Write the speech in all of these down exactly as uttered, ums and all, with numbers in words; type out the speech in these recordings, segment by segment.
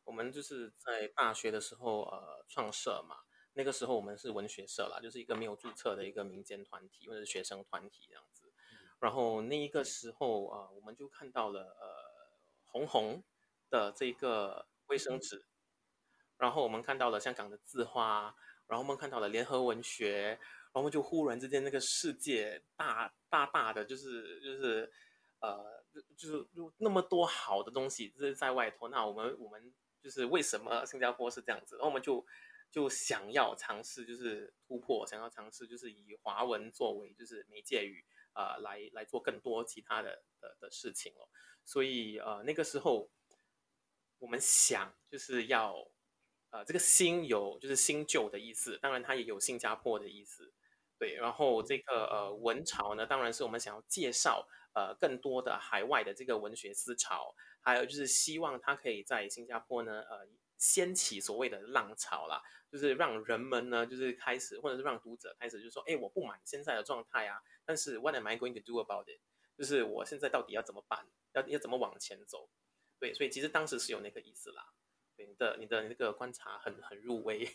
我们就是在大学的时候呃创社嘛，那个时候我们是文学社啦，就是一个没有注册的一个民间团体或者是学生团体这样子。然后那一个时候呃我们就看到了呃红红的这个卫生纸，然后我们看到了香港的字花，然后我们看到了联合文学，然后我们就忽然之间那个世界大大大的就是就是呃就是就那么多好的东西就是在外头，那我们我们就是为什么新加坡是这样子，然后我们就就想要尝试就是突破，想要尝试就是以华文作为就是媒介语呃来来做更多其他的的的事情哦，所以呃那个时候我们想就是要呃，这个新有就是新旧的意思，当然它也有新加坡的意思，对。然后这个呃文潮呢，当然是我们想要介绍呃更多的海外的这个文学思潮，还有就是希望它可以在新加坡呢呃掀起所谓的浪潮啦，就是让人们呢就是开始，或者是让读者开始就说，哎，我不满现在的状态啊，但是 what am I going to do about it？就是我现在到底要怎么办，要要怎么往前走？对，所以其实当时是有那个意思啦。对，你的你的那个观察很很入微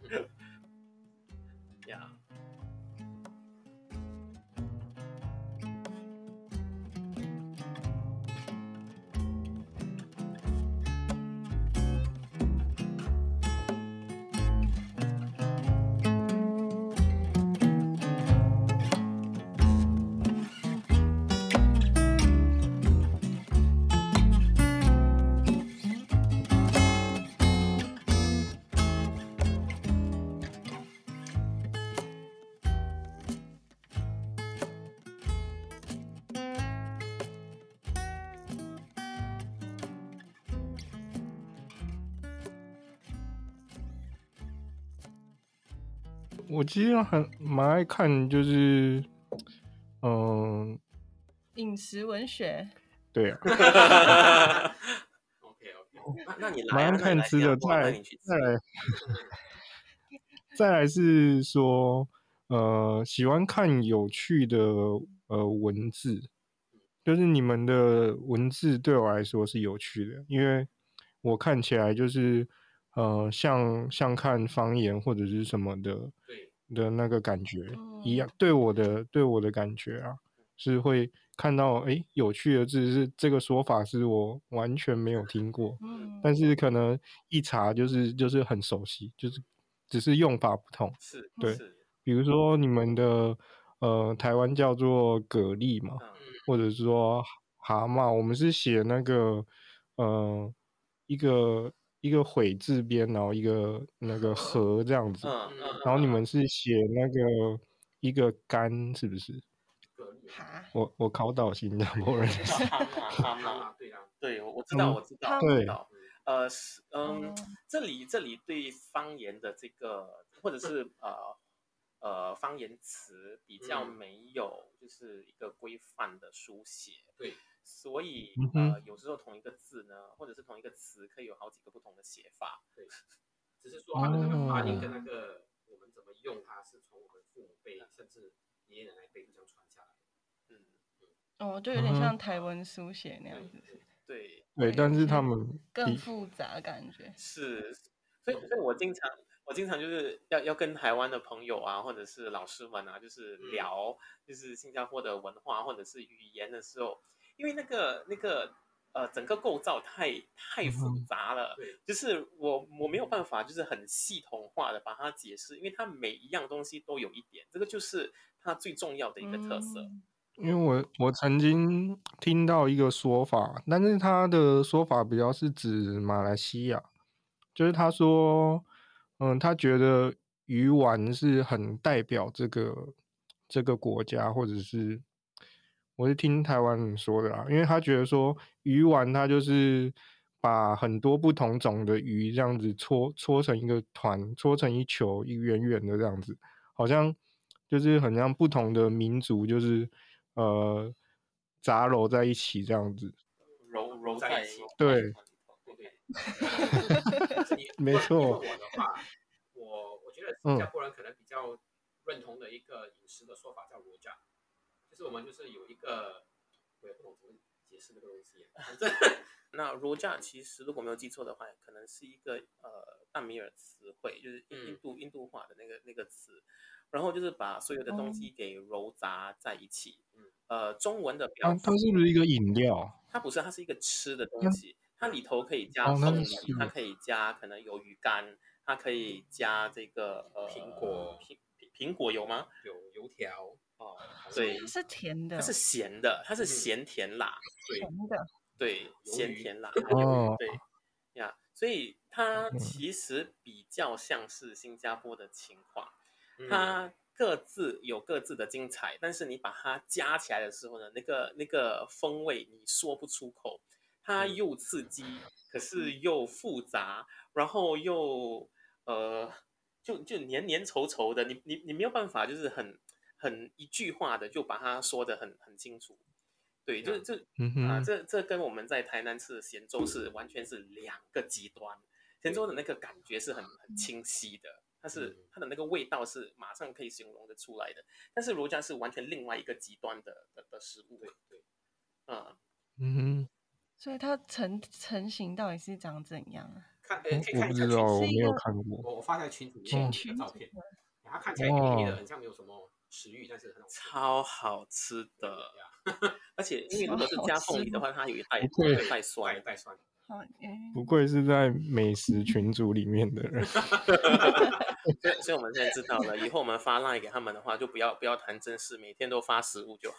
呀。 我其实很蛮爱看，就是嗯， 饮食文学。 对啊。 OK OK，那那你来蛮啊， 爱看吃的，再来再来再来是说，呃，喜欢看有趣的呃文字，就是你们的文字对我来说是有趣的，因为我看起来就是呃像像看方言或者是什么的的那个感觉一样，对我的对我的感觉啊，是会看到哎有趣的字是这个说法是我完全没有听过， 嗯， 但是可能一查就是就是很熟悉，就是只是用法不同。 是， 对， 是比如说你们的呃台湾叫做蛤蜊嘛， 嗯或者是说蛤蟆，我们是写那个呃一个一个悔字边，然后一个那个禾这样子， 嗯嗯， 然后你们是写那个一个干，是不是？ 哈， 我我考倒新加坡人。 叫哈嘛哈嘛，对啊，对，我知道嗯我知道我对知道，呃是嗯， 哦这里这里对方言的这个或者是呃呃方言词比较没有就是一个规范的书写，对，所以嗯哼呃有时候同一个字呢，或者是同一个词可以有好几个不同的写法，对，只是说它的这个发音跟那个我们怎么用它，是从我们父母辈甚至爷爷奶奶辈就这样传下来。嗯， 哦，就有点像台文书写那样子， 对对，但是他们更复杂感觉。 是，所以所以我经常我经常就是要要跟台湾的朋友啊，或者是老师们啊，就是聊就是新加坡的文化或者是语言的时候，因为那个那个呃整个构造太太复杂了，嗯、就是我我没有办法就是很系统化的把它解释，因为它每一样东西都有一点，这个就是它最重要的一个特色。 嗯因为我我曾经听到一个说法，但是他的说法比较是指马来西亚，就是他说，嗯，他觉得鱼丸是很代表这个这个国家，或者是我是听台湾人说的啦，因为他觉得说鱼丸它就是把很多不同种的鱼这样子搓搓成一个团，搓成一球，一圆圆的这样子，好像就是很像不同的民族就是。呃，杂糅在一起这样子， 揉揉在一起， 对，没错。 你问我的话，我我觉得新加坡人可能比较认同的一个饮食的说法叫罗家，就是我们就是有一个，我也不懂怎么解释这个东西。反正那 Rojak 其实如果没有记错的话，可能是一个呃淡米尔词汇，就是印度、嗯、印度话的那个那个词，然后就是把所有的东西给揉杂在一起。嗯、呃，中文的表啊，它是不是一个饮料？ 它不是，它是一个吃的东西。它里头可以加哦， 凤梨，它可以加可能鱿鱼干，它可以加这个呃苹果， 苹苹果有吗？ 有油条哦， 对， 它是甜的， 它是咸的，它是咸甜辣， 咸的， 对，咸甜辣， 哦， 对呀，所以它其实比较像是新加坡的情况，嗯、它各自有各自的精彩，但是你把它加起来的时候呢，那个那个风味你说不出口，它又刺激，嗯、可是又复杂，然后又呃，就就黏黏稠稠的，你你你没有办法，就是很很一句话的就把它说得很很清楚。对，就这啊，这这跟我们在台南吃的咸粥是完全是两个极端。咸粥的那个感觉是很很清晰的，它是它的那个味道是马上可以形容的出来的。但是罗家是完全另外一个极端的的的食物。对对， 嗯嗯， 所以它成成型到底是长怎样啊？ 看，呃，可以看一下群组，我没有看过。 我我发在群组里面的照片，它看起来黑黑的，很像没有什么食欲，但是很好吃， 超好吃的。而且因为如果是加凤梨的话，它有一带带酸， 带酸。 不愧是在美食群组里面的人。 所以，所以我们现在知道了，以后我们发 line 给他们的话，就不要不要谈正事，每天都发食物就好。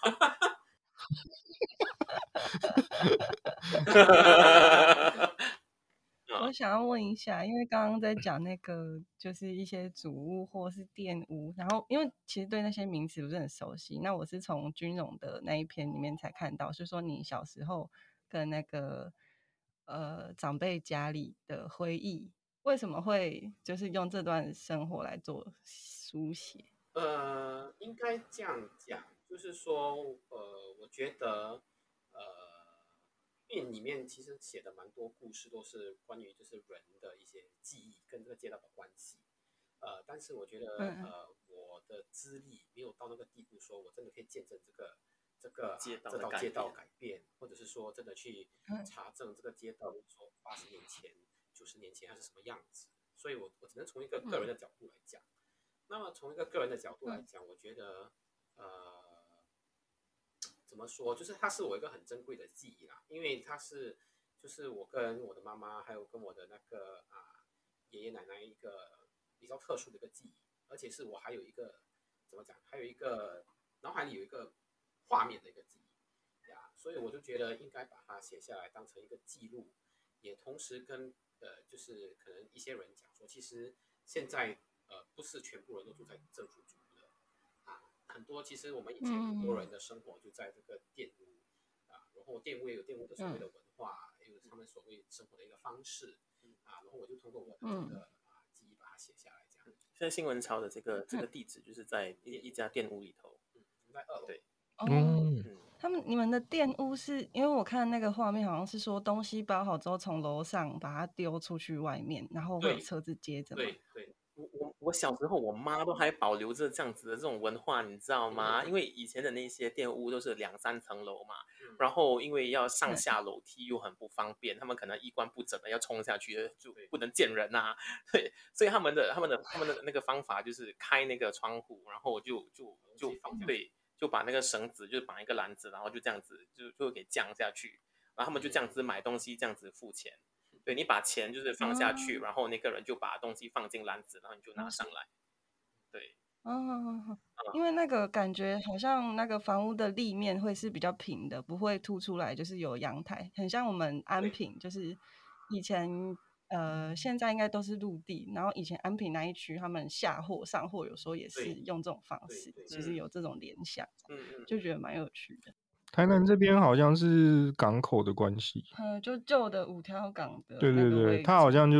我想要问一下，因为刚刚在讲那个就是一些主屋或是店屋，然后因为其实对那些名词不是很熟悉，那我是从军荣的那一篇里面才看到，是说你小时候跟那个呃长辈家里的回忆，为什么会就是用这段生活来做书写？ 呃，应该这样讲，就是说，呃，我觉得，呃。因为里面其实写的蛮多故事，都是关于就是人的一些记忆跟这个街道的关系，呃，但是我觉得呃我的资历没有到那个地步，说我真的可以见证这个这个街道这道街道改变，或者是说真的去查证这个街道，说八十年前、九十年前它是什么样子，所以我我只能从一个个人的角度来讲。那么从一个个人的角度来讲，我觉得呃。怎么说？就是它是我一个很珍贵的记忆啦，因为它是，就是我跟我的妈妈，还有跟我的那个啊爷爷奶奶一个比较特殊的一个记忆，而且是我还有一个怎么讲，还有一个脑海里有一个画面的一个记忆呀，所以我就觉得应该把它写下来，当成一个记录，也同时跟呃，就是可能一些人讲说，其实现在呃不是全部人都住在政府住。很多其实我们以前很多人的生活就在这个店屋、嗯、啊，然后店屋也有店屋的所谓的文化，也、嗯、有他们所谓生活的一个方式、嗯、啊，然后我就通过我的这个、嗯、啊记忆把它写下来，这样。 现在新闻潮的这个这个地址就是在一一家店屋里头， 嗯，在二楼。 对， 嗯，他们你们的店屋是因为我看那个画面好像是说东西包好之后从楼上把它丢出去外面，然后会有车子接着吗？ 对对。 我我我小时候，我妈都还保留着这样子的这种文化，你知道吗？因为以前的那些店屋都是两三层楼嘛，然后因为要上下楼梯又很不方便，他们可能衣冠不整的要冲下去，就不能见人啊。对，所以他们的他们的他们的那个方法就是开那个窗户，然后就就就对，就把那个绳子就绑一个篮子，然后就这样子就就给降下去，然后他们就这样子买东西，这样子付钱。对，你把钱就是放下去、嗯、然后那个人就把东西放进篮子，然后你就拿上来。对， 哦，因为那个感觉好像那个房屋的立面会是比较平的，不会凸出来，就是有阳台，很像我们安平，就是以前呃现在应该都是陆地，然后以前安平那一区他们下货上货有时候也是用这种方式，其实有这种联想，嗯嗯，就觉得蛮有趣的。 台南这边好像是港口的关系， 嗯，就旧的五条港的， 对对对，它好像就是，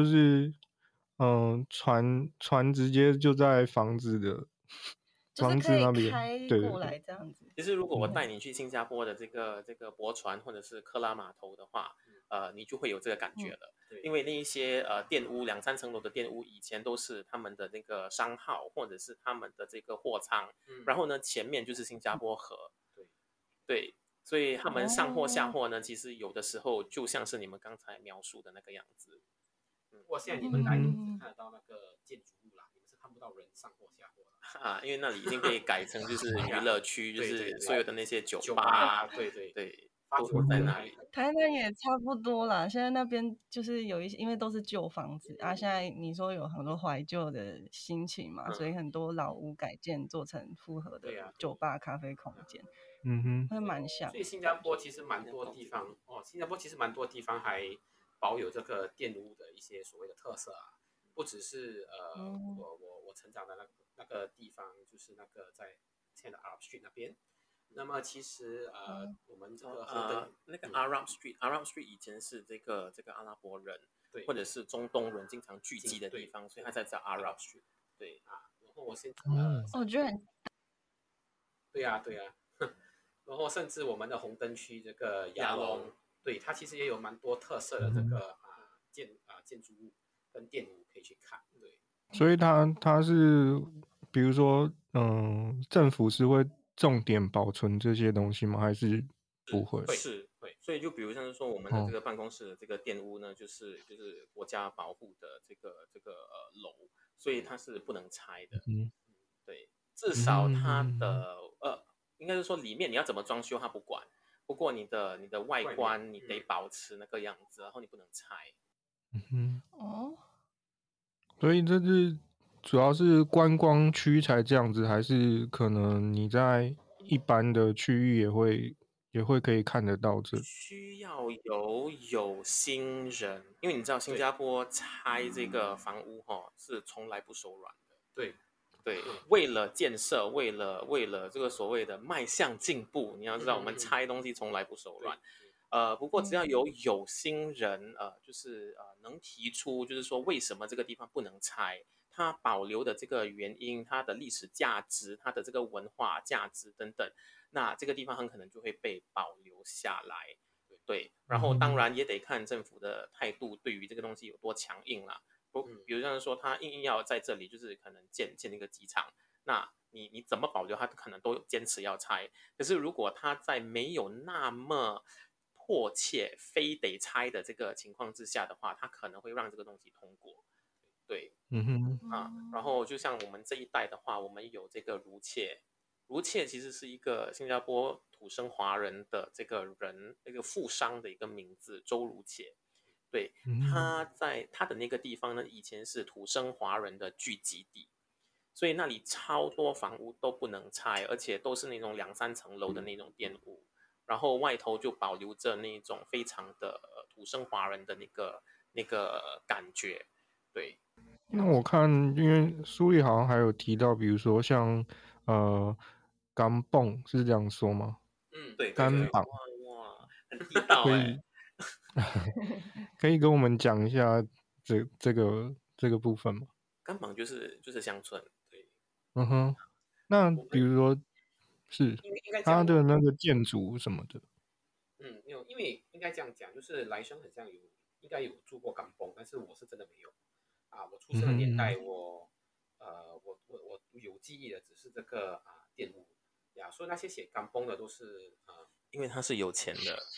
嗯，船船直接就在房子的，房子那边开过来这样子。 其实如果我带你去新加坡的这个、嗯、这个驳船或者是克拉码头的话，呃，你就会有这个感觉了，嗯、因为那一些呃店屋两三层楼的店屋以前都是他们的那个商号或者是他们的这个货仓，嗯、然后呢前面就是新加坡河，对对。 所以他们上货下哦， 货呢，其实有的时候就像是你们刚才描述的那个样子。 不过现在你嗯们来就只哼， 看得到那个建筑物啦，你们是看不到人上货下货的。 啊，因为那里已经被改成就是娱对呀、 乐区，就对对是所有对， 的那些酒酒吧， 吧，对对， 对， 发都酒都在都在那里。 台南也差不多啦。现在那边就是有一些，因为都是旧房子啊。现在你说有很多怀旧的心情嘛，所以嗯， 很多老屋改建做成复合的对呀、 酒吧、咖啡空间， 嗯哼， 会蛮像所以新加感觉。 坡其实蛮多地方哦，新加坡其实蛮多地方还保有这个玷污的一些所谓的特色啊，不只是呃， 嗯我我我成长的那个那个地方，就是那个在现在的 Arab Street 那边。那么其实呃， 嗯我们这哦个红灯， 呃，那个嗯， Arab Street，Arab Street 以前是这个这个阿拉伯人对或者是中东人经常聚集进对的地方，所以对它才叫 Arab Street。对， 啊，然后我现呃， 哦， 哦我觉得很对呀、对呀、然后甚至我们的红灯区这个亚龙牙龙，对它其实也有蛮多特色的嗯哼， 这个啊建啊建筑物跟店屋可以去看，对。 所以它它是，比如说，嗯，政府是会重点保存这些东西吗？还是不会？ 会是， 会， 所以就比如像是说我们的这哦， 个办公室的这个店屋呢，就是就是国家保护的这个这个呃楼，所以它是不能拆的。 嗯对，至少它嗯的呃，应该是说里面你要怎么装修它不管，不过你的你的外外面观你得嗯保持那个样子，然后你不能拆。 嗯哼， 哦， 所以这是主要是观光区才这样子，还是可能你在一般的区域也会也会可以看得到这？ 需要有有心人，因为你知道新对加坡拆这个房屋哈是从来不手软的。 对对， 对， 为了建设，为了为了这个所谓的迈向进步，你要知道我们嗯嗯嗯拆东西从来不手软。 对呃，不过只要嗯有有心人，呃，就是呃能提出，就是说为什么这个地方不能拆，它保留的这个原因，它的历史价值，它的这个文化价值等等，那这个地方很可能就会被保留下来。对，然后当嗯哼， 然也得看政府的态度对于这个东西有多强硬啦。不， 嗯比如像是说他硬硬要在这里，就是可能建建一个机场，那你你怎么保留，他可能都坚持要拆。可是如果他在没有那么迫切非得拆的这个情况之下的话，他可能会让这个东西通过。对嗯哼， 啊，然后就像我们这一代的话，我们有这个如切，如切其实是一个新加坡土生华人的这个人，那个富商的一个名字，周如切。对， 嗯他在他的那个地方呢，以前是土生华人的聚集地，所以那里超多房屋都不能拆，而且都是那种两三层楼的那种店屋，然后外头就保留着那种非常的呃土生华人的那个那个感觉。对， 那我看，因为书里好像还有提到，比如说像呃钢蹦是这样说吗？ 嗯，对对对， 钢绑哇哇，很地道哎。 可以可以跟我们讲一下这这个这个部分吗？ 干绑就是就是乡村。对， 嗯哼，那我们比如说是应该应该讲我它的那个建筑什么的， 嗯没有，因为应该这样讲，就是来生很像有应该有住过港崩，但是我是真的没有啊。我出嗯生的年代哼， 我，呃我我我有记忆的只是这个啊店屋呀，所以那些写港崩的都是呃因为他是有钱的。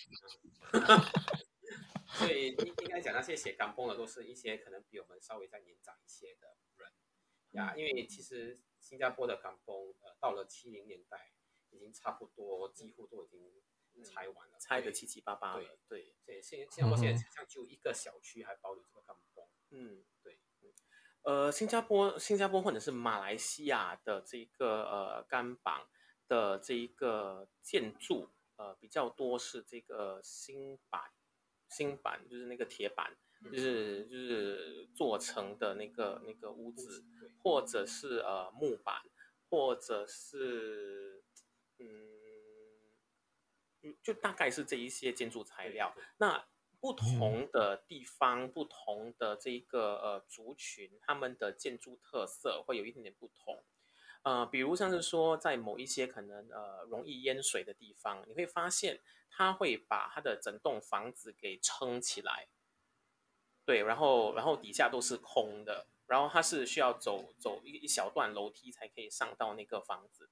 所以应应该讲那些写港崩的都是一些可能比我们稍微再年长一些的人呀，因为其实新加坡的港崩呃到了七零年代已经差不多几乎都已经拆完了， 拆的七七八八对了。对， 所以新新加坡现在嗯好像就一个小区还保留这个港崩， 嗯， 对， 呃，新加坡、新加坡或者是马来西亚的这个呃干绑的这一个建筑，呃比较多是这个新板，新板就是那个铁板，就是就是做成的那个那个屋子， 对， 或者是呃木板，或者是嗯嗯，就大概是这一些建筑材料。 对对那不嗯同的地方、不同的这个呃族群，他们的建筑特色会有一点点不同。呃，比如像是说，在某一些可能呃容易淹水的地方，你会发现它会把它的整栋房子给撑起来，对，然后然后底下都是空的，然后它是需要走走一一小段楼梯才可以上到那个房子的。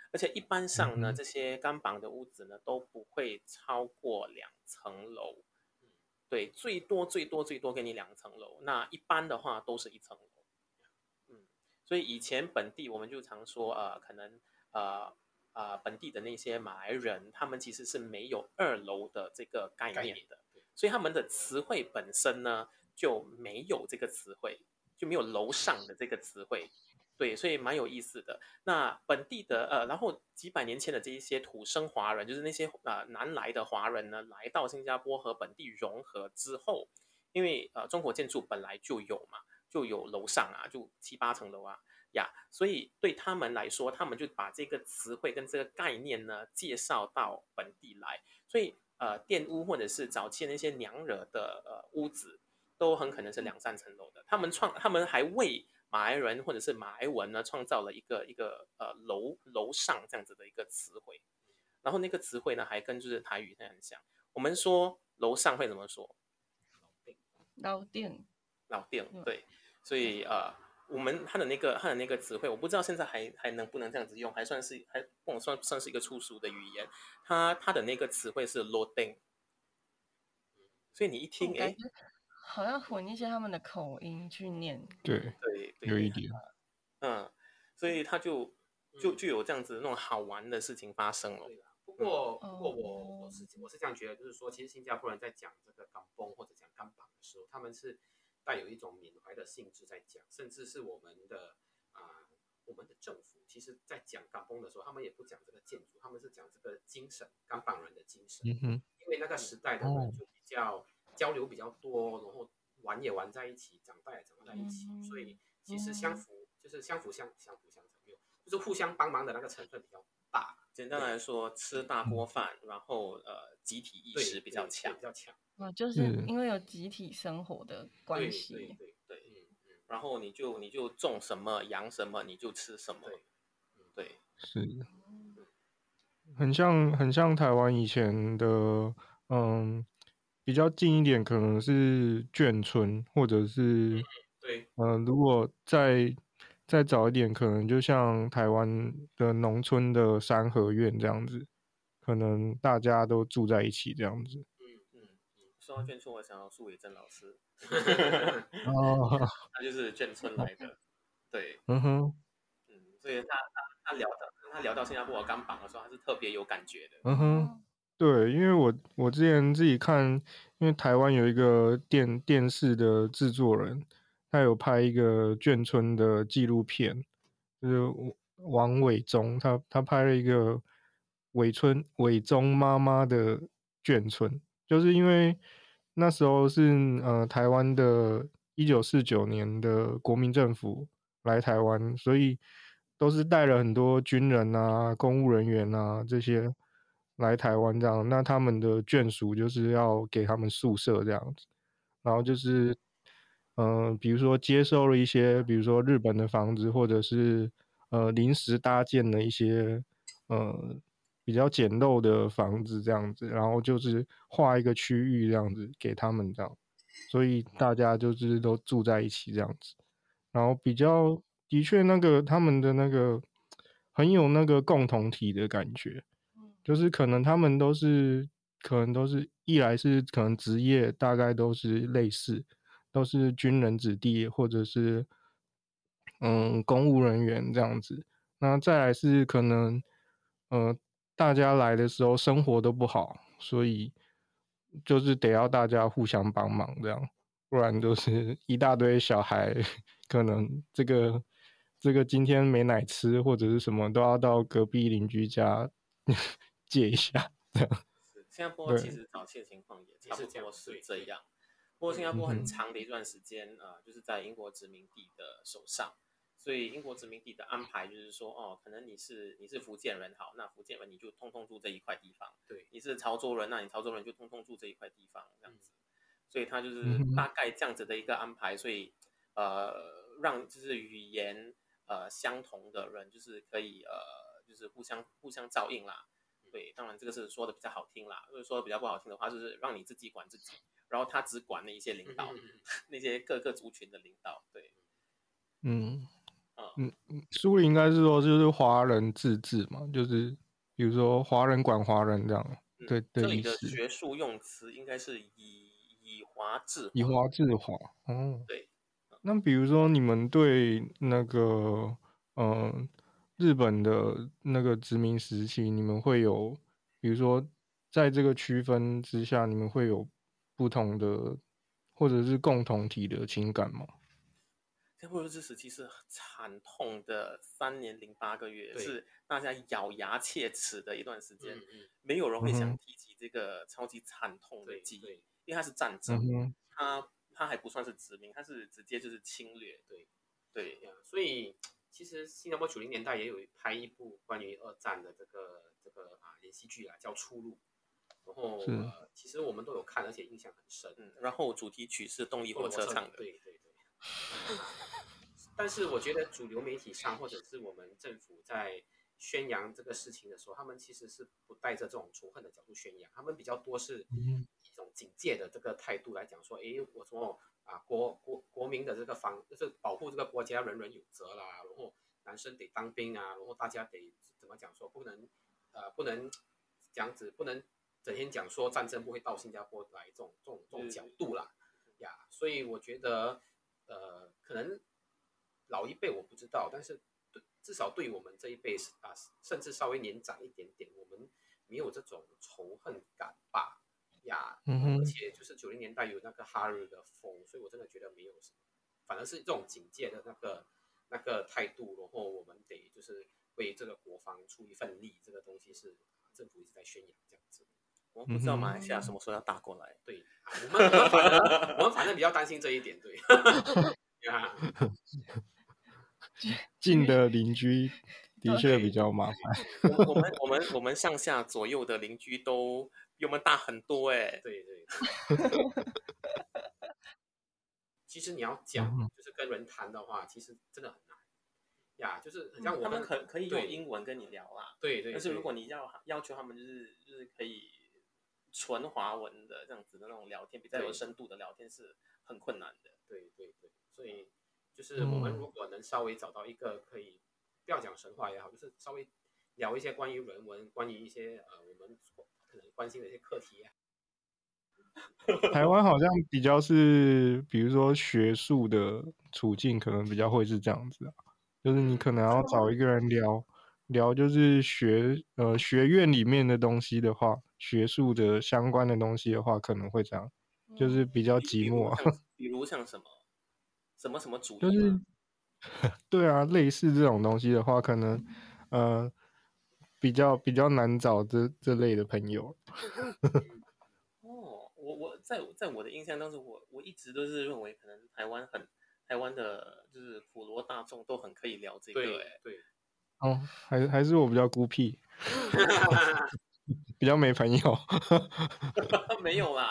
而且一般上呢， 嗯这些钢绑的屋子呢都不会超过两层楼，对，最多最多最多给你两层楼，那一般的话都是一层楼。嗯，所以以前本地我们就常说，呃，可能呃呃本地的那些马来人，他们其实是没有二楼的这个概念的，所以他们的词汇本身呢就没有这个词汇，就没有楼上的这个词汇。对，所以蛮有意思的。那本地的呃，然后几百年前的这一些土生华人，就是那些呃南来的华人呢，来到新加坡和本地融合之后，因为呃中国建筑本来就有嘛，就有楼上啊，就七八层楼啊呀，所以对他们来说，他们就把这个词汇跟这个概念呢介绍到本地来，所以呃店屋或者是早期那些娘惹的呃屋子，都很可能是两三层楼的。他们创，他们还为马来人或者是马来文呢创造了一个一个呃楼楼上这样子的一个词汇，然后那个词汇呢还跟就是台语很像。我们说楼上会怎么说？ 老店， 老店，对，所以呃，我们它的那个它的那个词汇，我不知道现在还还能不能这样子用，还算是还不能算算是一个粗俗的语言。它它的那个词汇是 loading， 所以你一听，哎、 哦，好像混一些他们的口音去念。 对对对， 有一点， 嗯，所以它就就就有这样子那种好玩的事情发生了。 不过不过我我是我是这样觉得，就是说，其实新加坡人在讲这个港崩或者讲港绑的时候，他们是带有一种缅怀的性质在讲，甚至是我们的啊、呃、我们的政府，其实在讲港崩的时候，他们也不讲这个建筑，他们是讲这个精神，港绑人的精神。 嗯哼， 因为那个时代的人就比较、哦、交流比较多，然后玩也玩在一起，长大也长在一起，嗯、所以其实相辅就是相辅相相辅相成，没有就是互相帮忙的那个成分比较大。 简单来说，吃大锅饭，然后呃，集体意识比较强， 比较强。 啊，就是因为有集体生活的关系。 对对对对，嗯嗯。然后你就你就种什么养什么，你就吃什么。对， 是，很像很像台湾以前的，嗯，比较近一点可能是眷村，或者是， 对， 嗯、呃，如果再再早一点，可能就像台湾的农村的三合院这样子，可能大家都住在一起这样子。 嗯嗯嗯。说到眷村，我想到苏伟珍老师， 哦， 他就是眷村来的，对， 嗯哼， 嗯，所以他他他聊到他聊到新加坡的钢绑的时候，他是特别有感觉的。 嗯哼，对，因为我我之前自己看，因为台湾有一个电电视的制作人，他有拍一个眷村的纪录片，就是王伟忠，他他拍了一个伟村伟忠妈妈的眷村，就是因为那时候是呃台湾的一九四九年的国民政府来台湾，所以都是带了很多军人啊、公务人员啊这些来台湾这样，那他们的眷属就是要给他们宿舍这样子，然后就是，嗯、呃，比如说接收了一些，比如说日本的房子，或者是呃临时搭建的一些呃比较简陋的房子这样子，然后就是划一个区域这样子给他们这样，所以大家就是都住在一起这样子，然后比较的确那个他们的那个很有那个共同体的感觉。就是可能他们都是，可能都是一来是可能职业大概都是类似，都是军人子弟或者是嗯公务人员这样子。那再来是可能呃大家来的时候生活都不好，所以就是得要大家互相帮忙这样，不然就是一大堆小孩可能这个这个今天没奶吃或者是什么都要到隔壁邻居家借一下，这样。 是新加坡其实早期的情况也差不多是这样，不过新加坡很长的一段时间，呃，就是在英国殖民地的手上，所以英国殖民地的安排就是说，哦，可能你是你是福建人，好，那福建人你就通通住这一块地方，对，你是潮州人，那你潮州人就通通住这一块地方，这样子，所以他就是大概这样子的一个安排，所以呃，让就是语言呃相同的人，就是可以呃，就是互相互相照应啦。对，当然这个是说的比较好听啦，如果说的比较不好听的话，就是让你自己管自己，然后他只管那一些领导，那些各个族群的领导。对， 嗯， 嗯， 嗯，书里应该是说就是华人自治嘛，就是比如说华人管华人这样，对嗯， 的这里的意思。 学术用词应该是以以华治华。 以华治华，哦。 对， 那比如说你们对那个呃日本的那个殖民时期，你们会有，比如说在这个区分之下，你们会有不同的或者是共同体的情感吗？ 新加坡日治时期是惨痛的三年零八个月， 对是大家咬牙切齿的一段时间， 嗯嗯， 没有人会嗯哼， 想提起这个超级惨痛的对记忆， 对因为它是战争， 嗯哼， 它它还不算是殖民，它是直接就是侵略。 对对， 呀，所以其实新加坡九零年代也有拍一部关于二战的这个这个啊连续剧啊，叫《出路》，然后是， 呃，其实我们都有看，而且印象很深。 嗯，然后主题曲是动力火动力火车， 车唱的。 对对对。啊，但是我觉得主流媒体上或者是我们政府在宣扬这个事情的时候，他们其实是不带着这种仇恨的角度宣扬，他们比较多是嗯一种警戒的这个态度来讲说，诶，我说啊国国国民的这个防就是保护这个国家人人有责啦，然后男生得当兵啊，然后大家得怎么讲说不能呃不能这样子，不能整天讲说战争不会到新加坡来这种这种这种角度啦呀，所以我觉得。呃，可能老一辈我不知道，但是对至少对我们这一辈啊，甚至稍微年长一点点，我们没有这种仇恨感吧呀。 嗯而哼， 且就是九零年代有那个哈日的风，所以我真的觉得没有什么，反而是这种警戒的那个那个态度，然后我们得就是为这个国防出一份力，这个东西是政府一直在宣扬这样子。 我们不知道马来西亚嗯什么时候要打过来。 对，啊我们我们反而我们反正比较担心这一点，对。呀， 近的邻居的确比对较麻烦。 我们我们我们我们上下左右的邻居都比我们大很多哎。 对对对。其实你要讲， 嗯就是跟人谈的话，其实真的很难呀。就是很嗯他们像我们可可以用对英文跟你聊啦， 对对， 但是如果对你要要求他们就是就是可以纯华文的这样子的那种聊天，比较有对深度的聊天是很困难的。 对对对，所以就是我们嗯如果能稍微找到一个可以不要讲神话也好，就是稍微聊一些关于人文，关于一些呃我们可能关心的一些课题啊。 台湾好像比较是，比如说学术的处境，可能比较会是这样子啊，就是你可能要找一个人聊聊，就是学呃学院里面的东西的话，学术的相关的东西的话，可能会这样，就是比较比比寂寞啊， 如像比如像什么什么什么主就是义吗？ 对啊，类似这种东西的话，可能呃比较比较难找这这类的朋友。 哦，我我在在我的印象当中，我我一直都是认为，可能台湾很台湾的，就是普罗大众都很可以聊这个， 对哎， 对。 哦，还还是我比较孤僻，比较没朋友。 没有啦，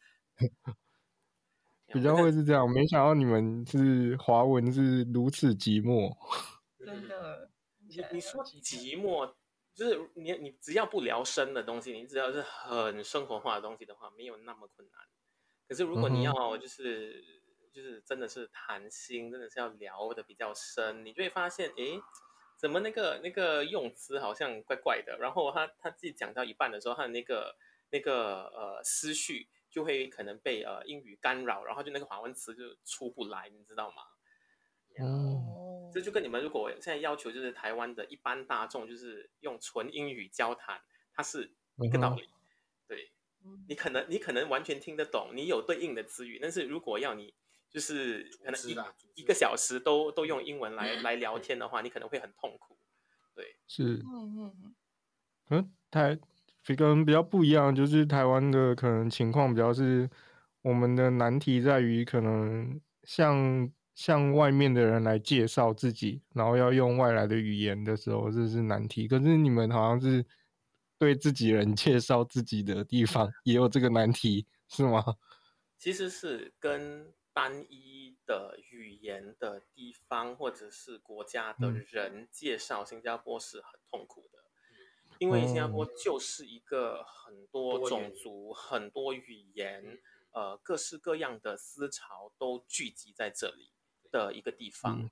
比较我在会是这样，没想到你们是华文是如此寂寞。 真的， 你你说寂寂寞，就是你你只要不聊深的东西，你只要是很生活化的东西的话，没有那么困难。可是如果你嗯哼， 要就是就是真的是谈心，真的是要聊的比较深，你就会发现，诶，怎么那个那个用词好像怪怪的，然后他他自己讲到一半的时候，他的那个那个呃思绪就会可能被呃英语干扰，然后就那个华文词就出不来，你知道吗？呀哦， 哦， 这就跟你们如果现在要求就是台湾的一般大众就是用纯英语交谈，它是一嗯哼， 个道理。对， 嗯你可能你可能完全听得懂，你有对应的词语，但是如果要你就是可能一组织啦，组织一个小时都都用英文来来聊天的话，你可能会很痛苦。对， 是， 嗯嗯可能台跟比较不一样，就是台湾的可能情况比较是，我们的难题在于可能向向外面的人来介绍自己，然后要用外来的语言的时候，这是难题。可是你们好像是对自己人介绍自己的地方也有这个难题，是吗？ 其实是跟单一的语言的地方或者是国家的嗯， 人介绍新加坡是很痛苦的。因为新加坡哦， 就是一个很多多元种族、很多语言、呃各式各样的思潮都聚集在这里的一个地方。 是，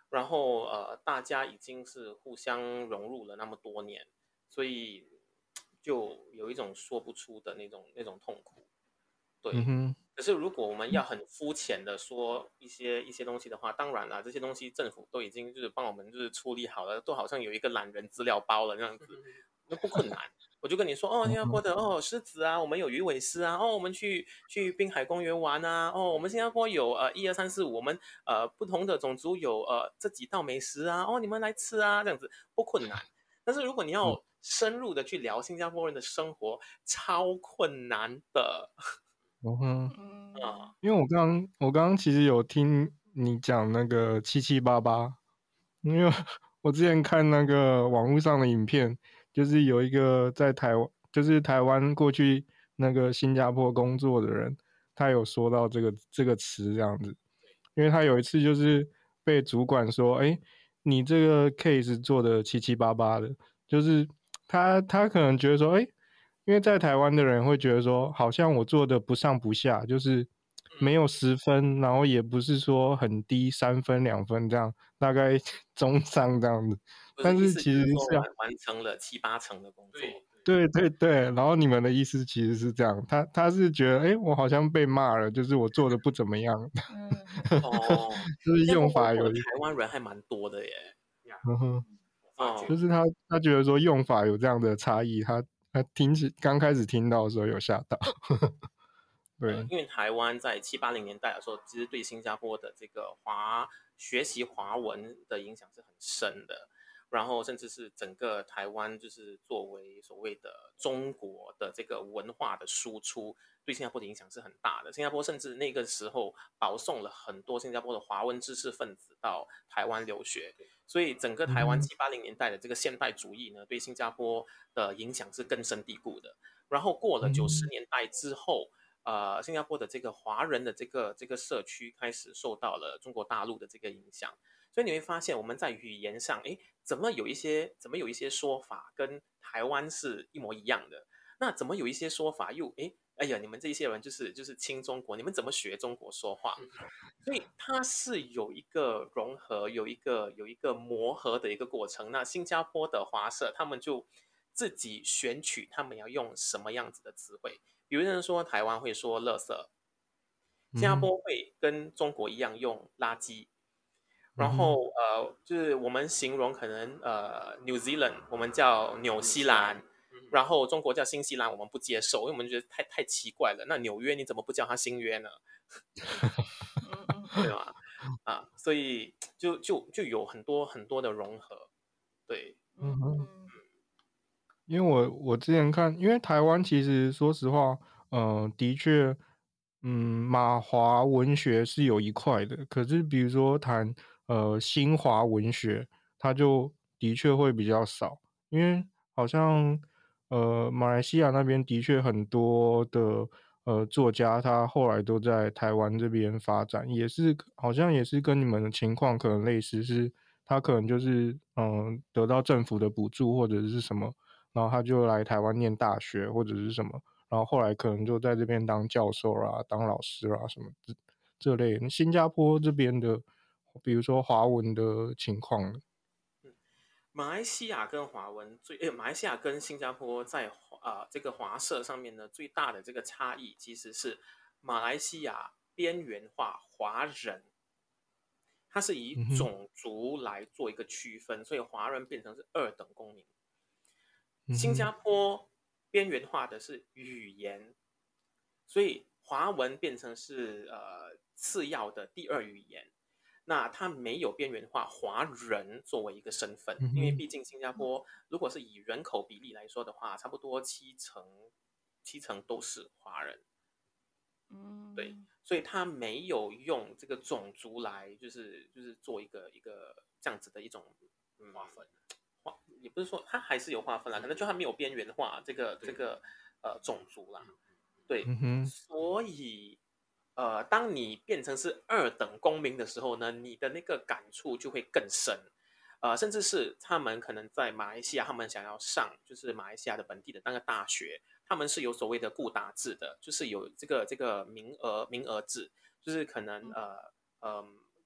然后呃大家已经是互相融入了那么多年，所以就有一种说不出的那种那种痛苦。对， 嗯哼， 可是如果我们要很肤浅的说一些一些东西的话，当然啦，这些东西政府都已经就是帮我们就是处理好了，都好像有一个懒人资料包了那样子，那不困难。我就跟你说，哦，新加坡的哦狮子啊，我们有鱼尾狮啊，哦，我们去去滨海公园玩啊，哦，我们新加坡有呃一二三四五，我们呃不同的种族有呃这几道美食啊，哦，你们来吃啊，这样子不困难。但是如果你要深入的去聊新加坡人的生活，超困难的。 嗯哼， 嗯啊， 因为我刚刚我刚刚其实有听你讲那个七七八八，因为我之前看那个网络上的影片，就是有一个在台湾，就是台湾过去那个新加坡工作的人，他有说到这个这个词这样子，因为他有一次就是被主管说，哎，你这个 case 做的七七八八的，就是他他可能觉得说，哎，因为在台湾的人会觉得说，好像我做的不上不下，就是没有十分，然后也不是说很低，三分两分这样，大概中上这样子。但不是意思就是其实是说是要完完成了七八成的工作。 对对对，然后你们的意思其实是这样，他他是觉得，哎，我好像被骂了，就是我做的不怎么样， 嗯哦， 就是新加坡用法有， 工作的台湾人还蛮多的耶。 呀， 嗯哼， 我发觉就是他他觉得说用法有这样的差异，他他听起刚开始听到的时候有吓到， 呃， 对， 因为台湾在七八零年代的时候，其实对新加坡的这个华学习华文的影响是很深的，然后甚至是整个台湾就是作为所谓的中国的这个文化的输出，对新加坡的影响是很大的。新加坡甚至那个时候保送了很多新加坡的华文知识分子到台湾留学，所以整个台湾嗯七八零年代的这个现代主义呢，对新加坡的影响是根深蒂固的。然后过了九十嗯年代之后，呃，新加坡的这个华人的这个这个社区开始受到了中国大陆的这个影响，所以你会发现我们在语言上，哎，怎么有一些怎么有一些说法跟台湾是一模一样的？那怎么有一些说法又哎哎呀，你们这些人就是就是亲中国，你们怎么学中国说话？所以它是有一个融合，有一个有一个磨合的一个过程。那新加坡的华社他们就自己选取他们要用什么样子的词汇。比如人说台湾会说垃圾，新加嗯坡会跟中国一样用垃圾，然嗯后呃，就是我们形容可能呃 New Zealand 我们叫纽西兰，然后中国叫新西兰，我们不接受，因为我们觉得太太奇怪了。那纽约你怎么不叫它新约呢？ 嗯嗯对吗？啊，所以就就就有很多很多的融合，对， 嗯哼。 嗯因为我我之前看，因为台湾其实说实话，呃，的确，嗯，马华文学是有一块的，可是比如说谈呃新华文学，它就的确会比较少，因为好像呃马来西亚那边的确很多的呃作家，他后来都在台湾这边发展，也是好像也是跟你们的情况可能类似，是他可能就是嗯、呃得到政府的补助或者是什么。然后他就来台湾念大学或者是什么，然后后来可能就在这边当教授啊、当老师啊什么这这类。新加坡这边的，比如说华文的情况呢， 马来西亚跟华文最，诶，马来西亚跟新加坡在啊、呃、这个华社上面呢，最大的这个差异其实是马来西亚边缘化华人，它是以嗯哼， 种族来做一个区分，所以华人变成是二等公民。 嗯哼， 新加坡边缘化的是语言，所以华文变成是呃次要的第二语言。那它没有边缘化华人作为一个身份， 嗯哼， 因为毕竟新加坡如果是以人口比例来说的话，差不多七成七成都是华人，对， 嗯所以他没有用这个种族来就是就是做一个一个这样子的一种嗯划分，划也不是说他还是有划分啦，可能就他没有边缘化这个这个呃种族啦，对， 嗯哼， 所以呃，当你变成是二等公民的时候呢，你的那个感触就会更深。呃，甚至是他们可能在马来西亚，他们想要上就是马来西亚的本地的那个大学，他们是有所谓的固打制的，就是有这个这个名额名额制，就是可能呃嗯、呃，可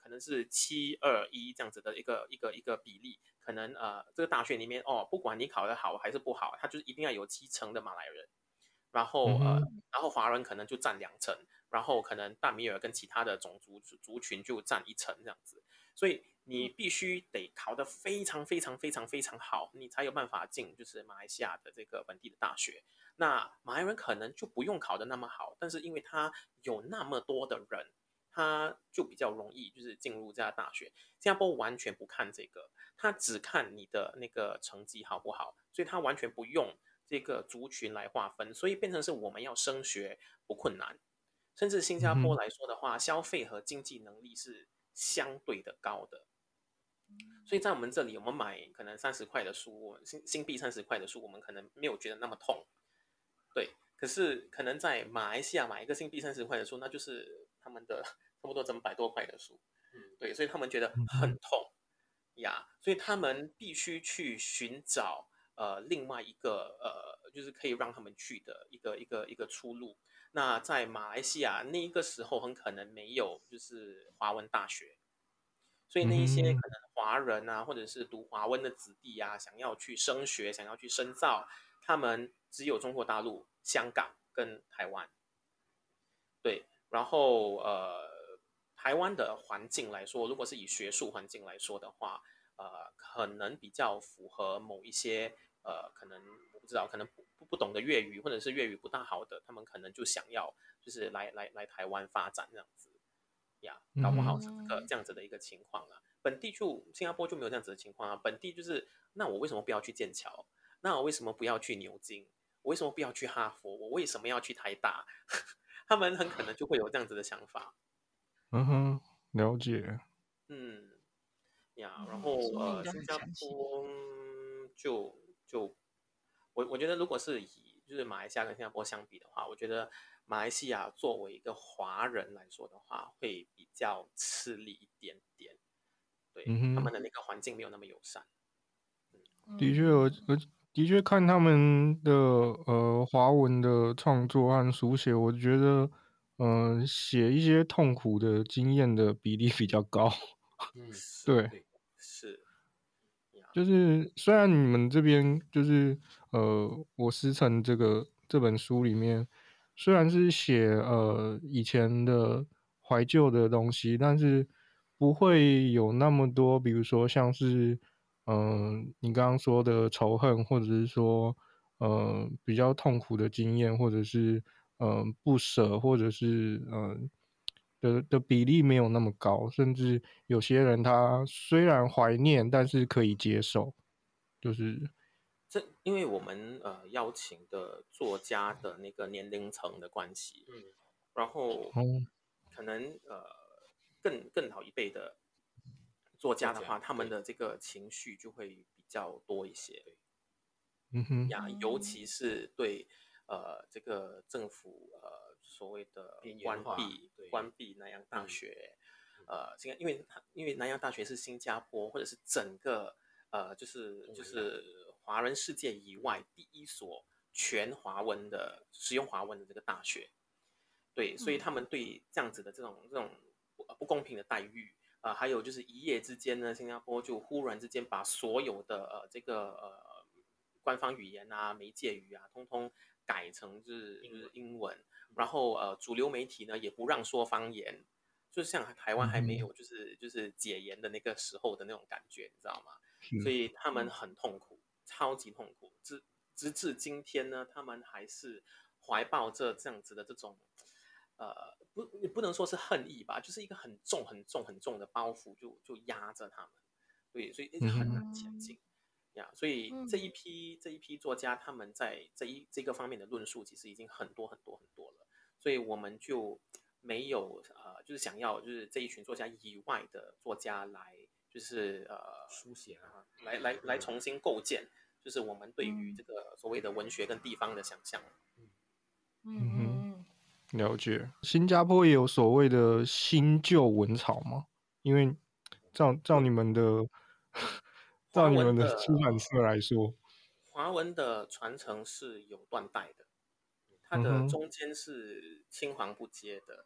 能是七二一这样子的一个一个一个比例，可能呃这个大学里面哦，不管你考得好还是不好，它就是一定要有七成的马来人，然后呃嗯然后华人可能就占两成，然后可能大米尔跟其他的种族族群就占一成这样子，所以你必须得考得非常非常非常非常好，你才有办法进就是马来西亚的这个本地的大学。那马来人可能就不用考得那么好，但是因为他有那么多的人，他就比较容易就是进入这家大学。新加坡完全不看这个，他只看你的那个成绩好不好，所以他完全不用这个族群来划分，所以变成是我们要升学不困难。甚至新加坡来说的话，消费和经济能力是相对的高的。所以在我们这里，我们买可能三十块的书，新新币三十块的书，我们可能没有觉得那么痛，对。可是可能在马来西亚买一个新币三十块的书，那就是他们的差不多整百多块的书，对，所以他们觉得很痛呀，所以他们必须去寻找呃另外一个呃，就是可以让他们去的一个一个一个出路。那在马来西亚那一个时候，很可能没有就是华文大学。所以那一些可能华人啊，或者是读华文的子弟啊，想要去升学，想要去深造，他们只有中国大陆、香港跟台湾。对，然后呃，台湾的环境来说，如果是以学术环境来说的话，呃，可能比较符合某一些呃，可能我不知道，可能不不懂得粤语，或者是粤语不大好的，他们可能就想要就是来来来台湾发展这样子。呀，搞不好是这个这样子的一个情况啊。本地就新加坡就没有这样子的情况啊。本地就是，那我为什么不要去剑桥？那我为什么不要去牛津？我为什么不要去哈佛？我为什么要去台大？他们很可能就会有这样子的想法。 嗯哼，了解。 嗯，呀，然后呃，新加坡就就我我觉得如果是以就是马来西亚跟新加坡相比的话，我觉得马来西亚作为一个华人来说的话，会比较吃力一点点。对， 嗯哼， 他们的那个环境没有那么友善。 的确，我我的确看他们的呃华文的创作和书写，我觉得嗯、呃写一些痛苦的经验的比例比较高。 嗯， 对， 对， 是呀， 就是虽然你们这边就是呃，我师承这个这本书里面，虽然是写呃以前的怀旧的东西，但是不会有那么多，比如说像是嗯、呃你刚刚说的仇恨，或者是说呃比较痛苦的经验，或者是呃不舍，或者是呃的的比例没有那么高，甚至有些人他虽然怀念，但是可以接受，就是这因为我们呃邀请的作家的那个年龄层的关系， 嗯， 然后嗯可能呃更更老一辈的作家的话，他们的这个情绪就会比较多一些。 嗯哼呀，尤其是对呃这个政府呃所谓的关闭关闭南洋大学，呃，这个因为因为南洋大学是新加坡或者是整个呃就是就是华人世界以外第一所全华文的使用华文的这个大学，对，所以他们对这样子的这种这种不不公平的待遇。呃，还有就是一夜之间呢，新加坡就忽然之间把所有的呃这个呃官方语言啊、媒介语啊，通通改成就是就是英文，然后呃主流媒体呢也不让说方言，就像台湾还没有就是就是解严的那个时候的那种感觉，你知道吗？所以他们很痛苦，超级痛苦，直直至今天呢，他们还是怀抱着这样子的这种。呃，不，你不能说是恨意吧，就是一个很重、很重、很重的包袱就，就压着他们，对，所以一直很难前进呀。所以这一批这一批作家，他们在这一这个方面的论述，其实已经很多很多很多了。所以我们就没有呃，就是想要就是这一群作家以外的作家来，就是呃书写啊， 来来来重新构建，就是我们对于这个所谓的文学跟地方的想象。 嗯哼。了解，新加坡也有所谓的新旧文潮吗？因为照照你们的照你们的出版社来说， 华文的传承是有断代的，它嗯哼， 的中间是青黄不接的。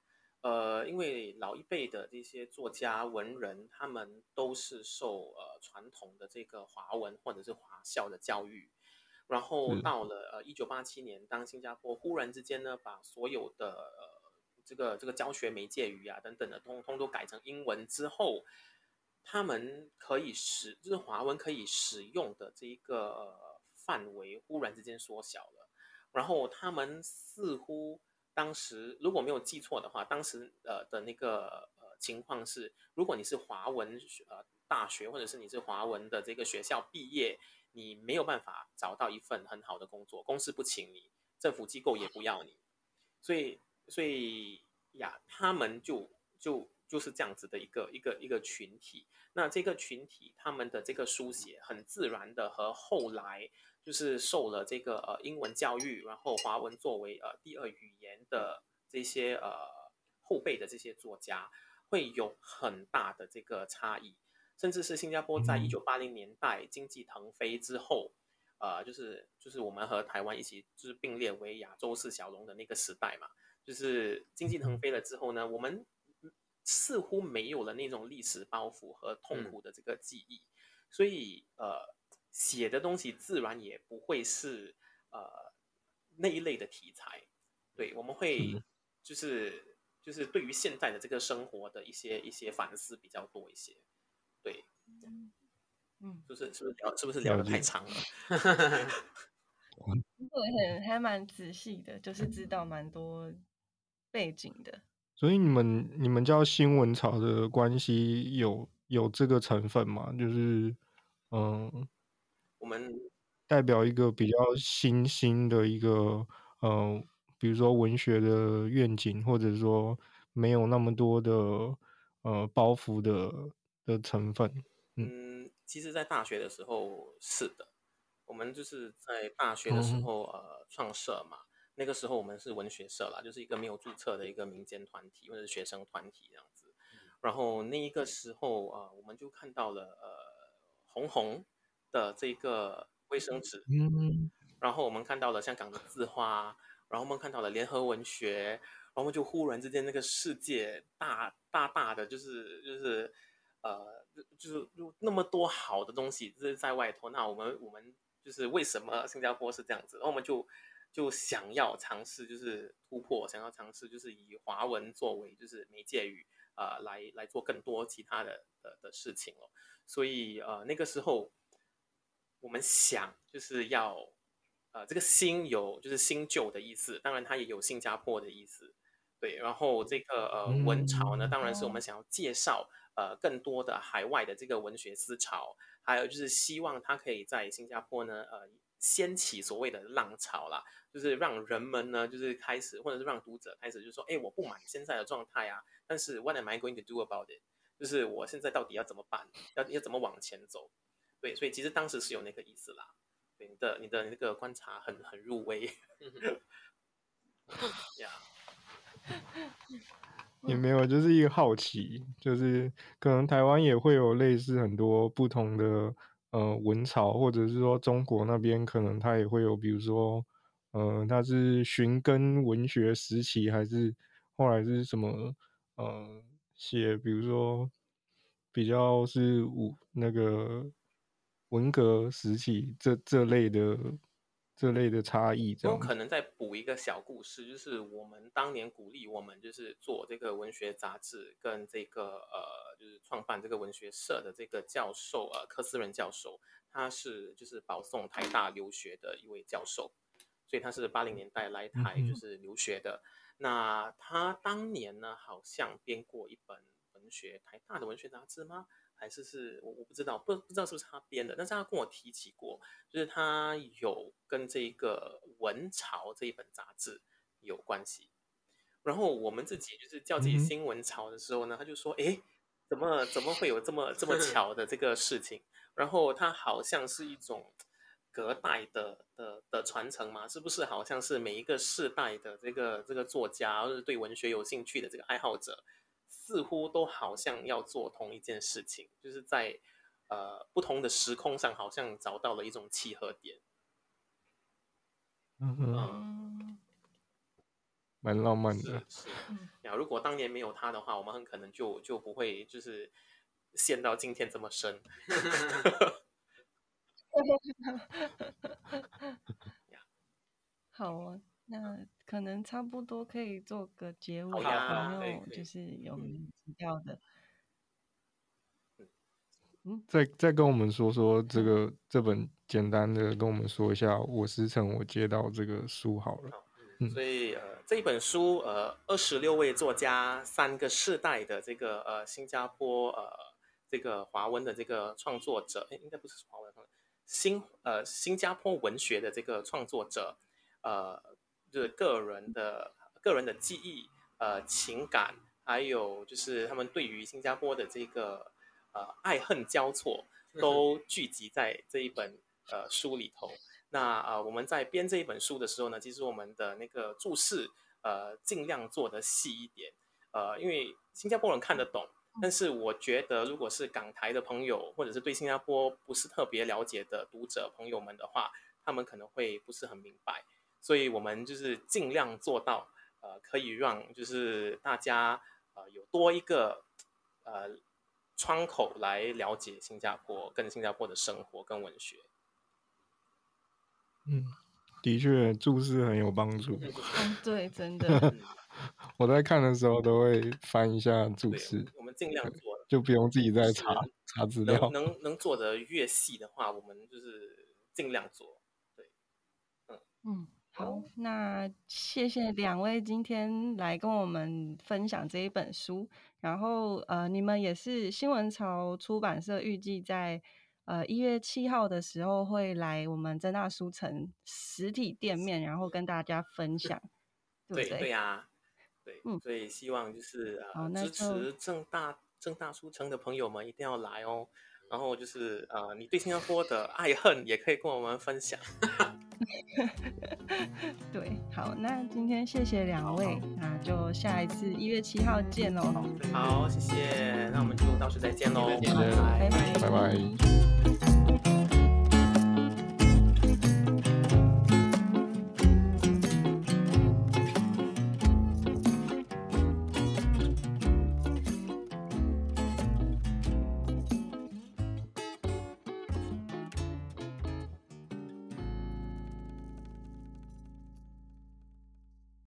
呃，因为老一辈的这些作家文人，他们都是受呃传统的这个华文或者是华校的教育，然后到了呃一九八七年，当新加坡忽然之间呢，把所有的呃这个这个教学媒介语啊等等的，通通都改成英文之后，他们可以使就是华文可以使用的这一个、呃、范围忽然之间缩小了，然后他们似乎当时如果没有记错的话，当时呃的那个呃情况是，如果你是华文呃大学或者是你是华文的这个学校毕业，你没有办法找到一份很好的工作，公司不请你，政府机构也不要你，所以所以呀，他们就就就是这样子的一个一个一个群体。那这个群体他们的这个书写很自然的和后来就是受了这个呃英文教育，然后华文作为呃第二语言的这些呃后辈的这些作家，会有很大的这个差异。甚至是新加坡在一九八零年代经济腾飞之后，呃，就是就是我们和台湾一起就是并列为亚洲四小龙的那个时代嘛，就是经济腾飞了之后呢，我们似乎没有了那种历史包袱和痛苦的这个记忆，嗯、所以呃，写的东西自然也不会是呃那一类的题材，对，我们会就是就是对于现在的这个生活的一些一些反思比较多一些。对，嗯，就是是不是聊是不是聊得太长了？ 对，还蛮仔细的，就是知道蛮多背景的。 所以你们你们叫新闻潮的关系有有这个成分吗？就是嗯， 我们代表一个比较新兴的一个呃，比如说文学的愿景，或者说没有那么多的呃包袱的的成分。 嗯，其实，在大学的时候是的，我们就是在大学的时候、嗯、呃创社嘛，那个时候我们是文学社啦，就是一个没有注册的一个民间团体或者是学生团体这样子。然后那一个时候啊、呃，我们就看到了呃红红的这个卫生纸， 嗯， 然后我们看到了香港的字花，然后我们看到了联合文学，然后我们就忽然之间那个世界大大大的就是就是呃就是就那么多好的东西就是在外头，那我们我们就是为什么新加坡是这样子，然后我们就就想要尝试就是突破，想要尝试就是以华文作为就是媒介语呃来来做更多其他的的的事情哦，所以呃那个时候我们想就是要。呃，这个新有就是新旧的意思，当然它也有新加坡的意思，对。然后这个呃文潮呢，当然是我们想要介绍呃更多的海外的这个文学思潮，还有就是希望它可以在新加坡呢呃掀起所谓的浪潮啦，就是让人们呢就是开始，或者是让读者开始就是说，哎，我不满现在的状态啊，但是 what am I going to do about it？就是我现在到底要怎么办，要要怎么往前走？对，所以其实当时是有那个意思啦。对，你的你的那个观察很很入微，呀， 也没有，就是一个好奇，就是可能台湾也会有类似很多不同的呃文潮，或者是说中国那边可能它也会有，比如说呃它是寻根文学时期，还是后来是什么呃写，比如说比较是武那个文革时期这这类的这类的差异，这样子。 我可能再补一个小故事，就是我们当年鼓励我们就是做这个文学杂志，跟这个呃就是创办这个文学社的这个教授呃柯思仁教授，他是就是保送台大留学的一位教授，所以他是八零年代来台就是留学的。嗯、那他当年呢好像编过一本文学台大的文学杂志吗？还是是我我不知道，不不知道是不是他编的，但是他跟我提起过，就是他有跟这个《文潮》这一本杂志有关系。然后我们自己就是叫自己新闻潮的时候呢，他就说：“哎，怎么怎么会有这么这么巧的这个事情？”然后它好像是一种隔代的的的传承嘛，是不是？好像是每一个世代的这个这个作家，或者对文学有兴趣的这个爱好者，似乎都好像要做同一件事情，就是在呃不同的时空上，好像找到了一种契合点。 嗯嗯。 蛮浪漫的。 是是呀，如果当年没有他的话，我们很可能就就不会就是陷到今天这么深。 好啊，那可能差不多可以做个结尾， 好呀， 有没有可以可以就是有没有提到的？嗯， 再再跟我们说说这个、这本简单的跟我们说一下我师承我接到这个书好了。 好， 嗯所以呃这一本书呃二十六位作家三个世代的这个呃新加坡呃这个华文的这个创作者，诶应该不是华文，新呃新加坡文学的这个创作者，呃就是个人的个人的记忆呃情感，还有就是他们对于新加坡的这个呃爱恨交错，都聚集在这一本呃书里头。那呃我们在编这一本书的时候呢，其实我们的那个注释呃尽量做得细一点，呃因为新加坡人看得懂，但是我觉得如果是港台的朋友，或者是对新加坡不是特别了解的读者朋友们的话，他们可能会不是很明白，所以我们就是尽量做到呃可以让就是大家呃有多一个呃窗口来了解新加坡跟新加坡的生活跟文学。 嗯，的确注释很有帮助。 哦，对，真的。 嗯， 我在看的时候都会翻一下注对， 释， 我们尽量做， 就不用自己再是查查资能料。 能能做的越细的话，我们就是尽量做。对，嗯嗯，好，那谢谢两位今天来跟我们分享这一本书。然后呃，你们也是新闻潮出版社预计在呃一月七号的时候会来我们政大书城实体店面，然后跟大家分享，对不对对？ 对呀，对， 嗯所以希望就是好， 呃支那就持正大正大书城的朋友们一定要来哦。然后就是呃，你对新加坡的爱恨也可以跟我们分享。 对，好，那今天谢谢两位，那就下一次一月七号见喽。 好，谢谢，那我们就到时再见喽， 谢谢拜拜拜。 拜拜。